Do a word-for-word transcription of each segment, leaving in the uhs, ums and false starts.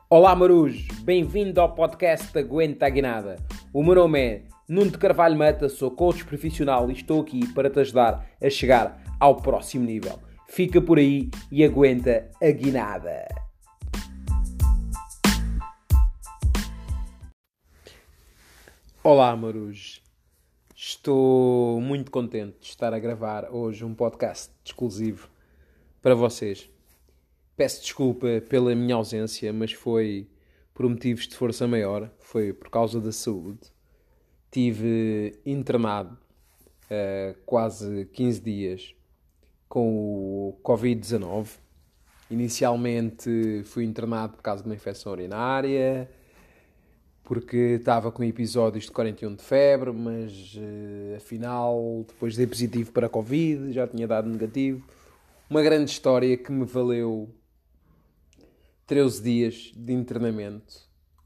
Olá Marujos, bem-vindo ao podcast da Aguenta a Guinada. O meu nome é Nuno de Carvalho Mata, sou coach profissional e estou aqui para te ajudar a chegar ao próximo nível. Fica por aí e aguenta a guinada. Olá Marujos, estou muito contente de estar a gravar hoje um podcast exclusivo para vocês. Peço desculpa pela minha ausência, mas foi por motivos de força maior, foi por causa da saúde. Estive internado uh, quase quinze dias com o covid dezanove. Inicialmente fui internado por causa de uma infecção urinária, porque estava com episódios de quarenta e um de febre, mas uh, afinal, depois dei positivo para a Covid, já tinha dado negativo. Uma grande história que me valeu treze dias de internamento,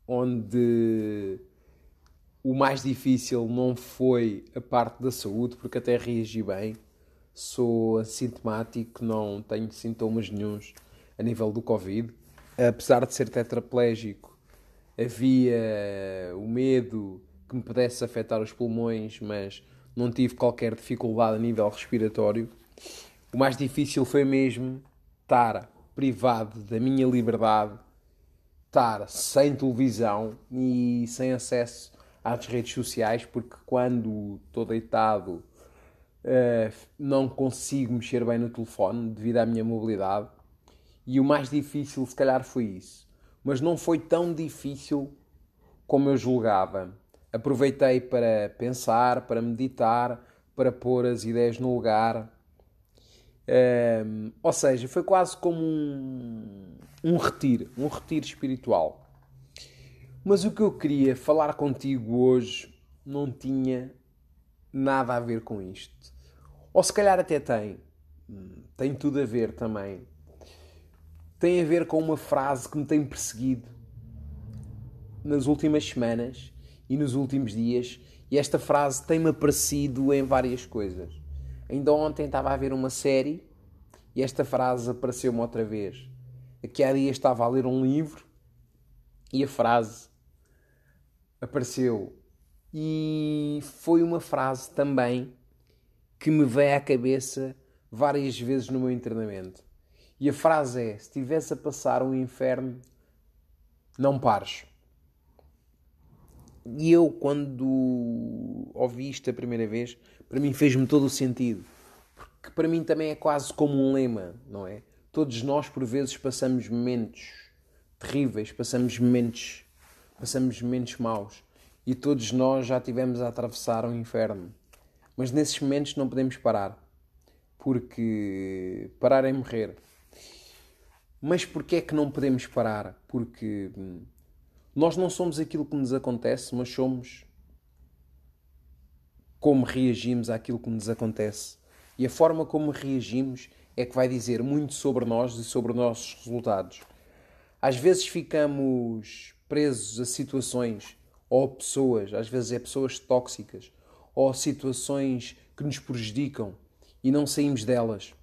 onde o mais difícil não foi a parte da saúde, porque até reagi bem. Sou assintomático, não tenho sintomas nenhuns a nível do Covid. Apesar de ser tetraplégico, havia o medo que me pudesse afetar os pulmões, mas não tive qualquer dificuldade a nível respiratório. O mais difícil foi mesmo estar privado da minha liberdade, estar sem televisão e sem acesso às redes sociais, porque quando estou deitado uh, não consigo mexer bem no telefone devido à minha mobilidade. E o mais difícil se calhar foi isso, mas não foi tão difícil como eu julgava. Aproveitei para pensar, para meditar, para pôr as ideias no lugar. Um, ou seja, foi quase como um, um retiro, um retiro espiritual. Mas o que eu queria falar contigo hoje não tinha nada a ver com isto. Ou se calhar até tem. Tem tudo a ver também. Tem a ver com uma frase que me tem perseguido nas últimas semanas e nos últimos dias. E esta frase tem-me aparecido em várias coisas. Ainda ontem estava a ver uma série e esta frase apareceu-me outra vez. Aqui há dias estava a ler um livro e a frase apareceu. E foi uma frase também que me veio à cabeça várias vezes no meu internamento. E a frase é: se estivesse a passar um inferno, não pares. E eu, quando ouvi isto a primeira vez, para mim fez-me todo o sentido. Porque para mim também é quase como um lema, não é? Todos nós, por vezes, passamos momentos terríveis, passamos momentos, passamos momentos maus. E todos nós já tivemos a atravessar um inferno. Mas nesses momentos não podemos parar. Porque parar é morrer. Mas porquê é que não podemos parar? Porque nós não somos aquilo que nos acontece, mas somos como reagimos àquilo que nos acontece. E a forma como reagimos é que vai dizer muito sobre nós e sobre os nossos resultados. Às vezes ficamos presos a situações ou pessoas, às vezes é pessoas tóxicas, ou situações que nos prejudicam e não saímos delas.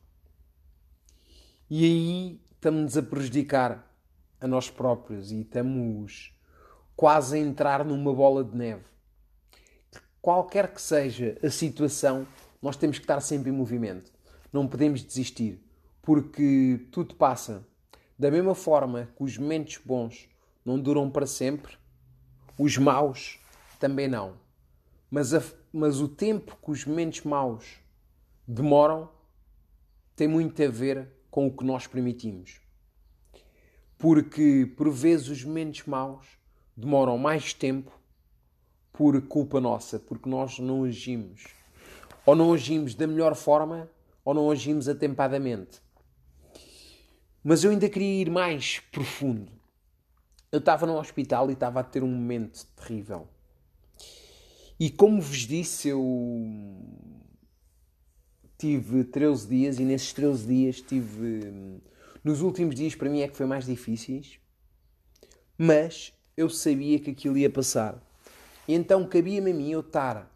E aí estamos a prejudicar a nós próprios e estamos quase a entrar numa bola de neve. Qualquer que seja a situação, nós temos que estar sempre em movimento. Não podemos desistir, porque tudo passa. Da mesma forma que os momentos bons não duram para sempre, os maus também não. Mas, a, mas o tempo que os momentos maus demoram tem muito a ver com o que nós permitimos. Porque, por vezes, os momentos maus demoram mais tempo por culpa nossa, porque nós não agimos. Ou não agimos da melhor forma, ou não agimos atempadamente. Mas eu ainda queria ir mais profundo. Eu estava no hospital e estava a ter um momento terrível. E como vos disse, eu tive treze dias e nesses treze dias tive... Nos últimos dias para mim é que foi mais difíceis, mas eu sabia que aquilo ia passar. E então cabia-me a mim eu estar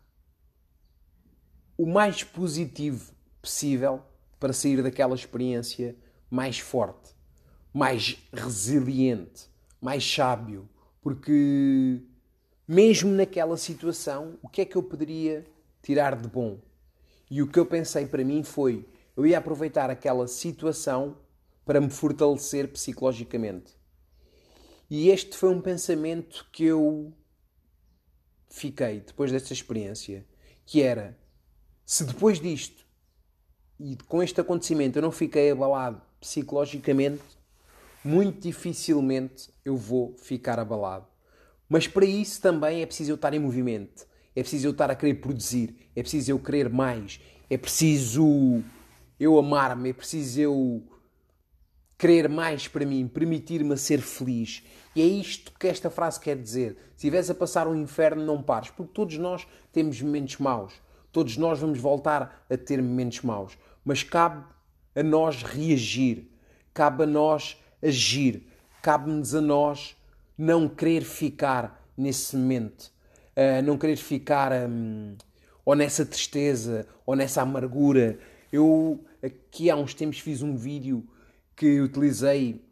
o mais positivo possível para sair daquela experiência mais forte, mais resiliente, mais sábio, porque mesmo naquela situação, o que é que eu poderia tirar de bom? E o que eu pensei para mim foi, eu ia aproveitar aquela situação para me fortalecer psicologicamente. E este foi um pensamento que eu fiquei depois desta experiência, que era, se depois disto e com este acontecimento eu não fiquei abalado psicologicamente, muito dificilmente eu vou ficar abalado. Mas para isso também é preciso eu estar em movimento, é preciso eu estar a querer produzir, é preciso eu querer mais, é preciso eu amar-me, é preciso eu querer mais para mim, permitir-me a ser feliz. E é isto que esta frase quer dizer. Se estiveres a passar um inferno, não pares, porque todos nós temos momentos maus, todos nós vamos voltar a ter momentos maus, mas cabe a nós reagir, cabe a nós agir, cabe-nos a nós não querer ficar nesse momento, uh, não querer ficar um, ou nessa tristeza, ou nessa amargura. Eu aqui há uns tempos fiz um vídeo que utilizei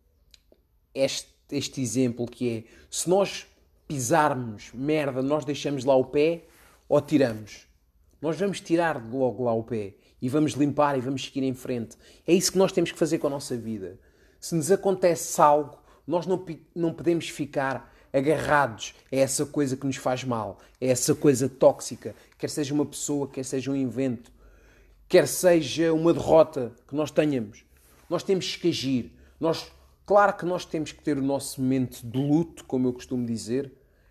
este, este exemplo, que é, se nós pisarmos merda, nós deixamos lá o pé ou tiramos? Nós vamos tirar logo lá o pé e vamos limpar e vamos seguir em frente. É isso que nós temos que fazer com a nossa vida. Se nos acontece algo, nós não, não podemos ficar agarrados a essa coisa que nos faz mal, a essa coisa tóxica, quer seja uma pessoa, quer seja um evento, quer seja uma derrota que nós tenhamos. Nós temos que agir. Nós, claro que nós temos que ter o nosso momento de luto, como eu costumo dizer.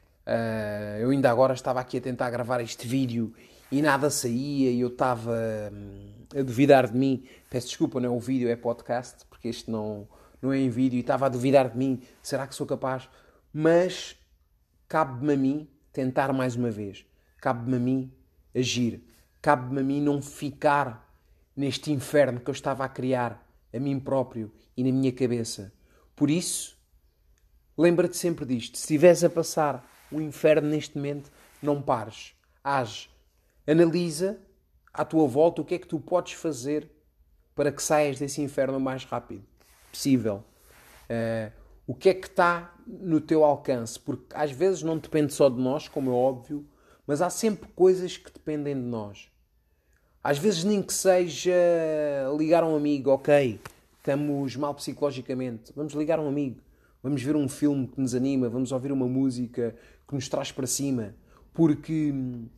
Uh, eu ainda agora estava aqui a tentar gravar este vídeo e nada saía e eu estava hum, a duvidar de mim. Peço desculpa, não é um vídeo, é podcast, porque este não, não é em vídeo. E estava a duvidar de mim. Será que sou capaz? Mas cabe-me a mim tentar mais uma vez. Cabe-me a mim agir. Cabe-me a mim não ficar neste inferno que eu estava a criar a mim próprio e na minha cabeça. Por isso, lembra-te sempre disto. Se estiveres a passar o inferno neste momento, não pares. Age. Analisa à tua volta o que é que tu podes fazer para que saias desse inferno o mais rápido possível. Uh, o que é que está no teu alcance? Porque às vezes não depende só de nós, como é óbvio, mas há sempre coisas que dependem de nós. Às vezes nem que seja ligar a um amigo, ok, estamos mal psicologicamente, vamos ligar a um amigo, vamos ver um filme que nos anima, vamos ouvir uma música que nos traz para cima, porque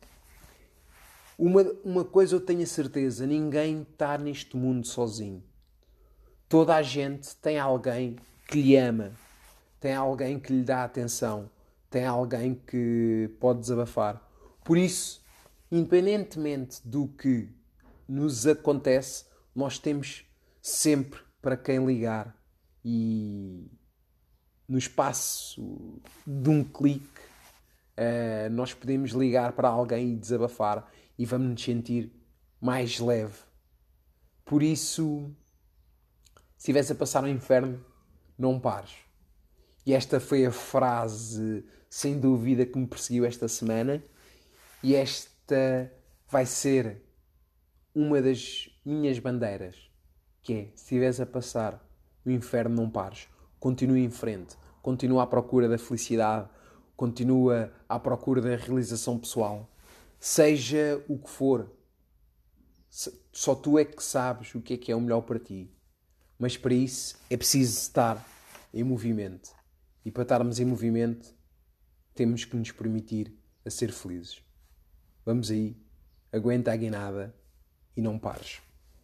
uma, uma coisa eu tenho a certeza, ninguém está neste mundo sozinho. Toda a gente tem alguém que lhe ama, tem alguém que lhe dá atenção, tem alguém que pode desabafar. Por isso, independentemente do que nos acontece, nós temos sempre para quem ligar e no espaço de um clique uh, nós podemos ligar para alguém e desabafar e vamos nos sentir mais leve. Por isso, se estivesse a passar no inferno, não pares. E esta foi a frase, sem dúvida, que me perseguiu esta semana. E esta vai ser uma das minhas bandeiras, que é, se estiveres a passar o inferno, não pares. Continua em frente. Continua à procura da felicidade. Continua à procura da realização pessoal. Seja o que for. Só tu é que sabes o que é que é o melhor para ti. Mas para isso é preciso estar em movimento. E para estarmos em movimento, temos que nos permitir a ser felizes. Vamos aí, aguenta a guinada e não pares.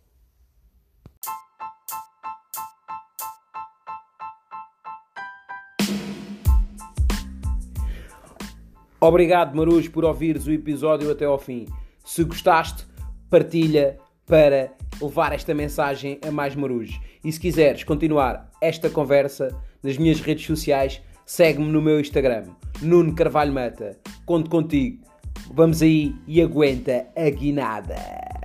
Obrigado, Marujos, por ouvires o episódio até ao fim. Se gostaste, partilha para levar esta mensagem a mais Marujos. E se quiseres continuar esta conversa nas minhas redes sociais, segue-me no meu Instagram, Nuno Carvalho Mata. Conto contigo. Vamos aí e aguenta a guinada.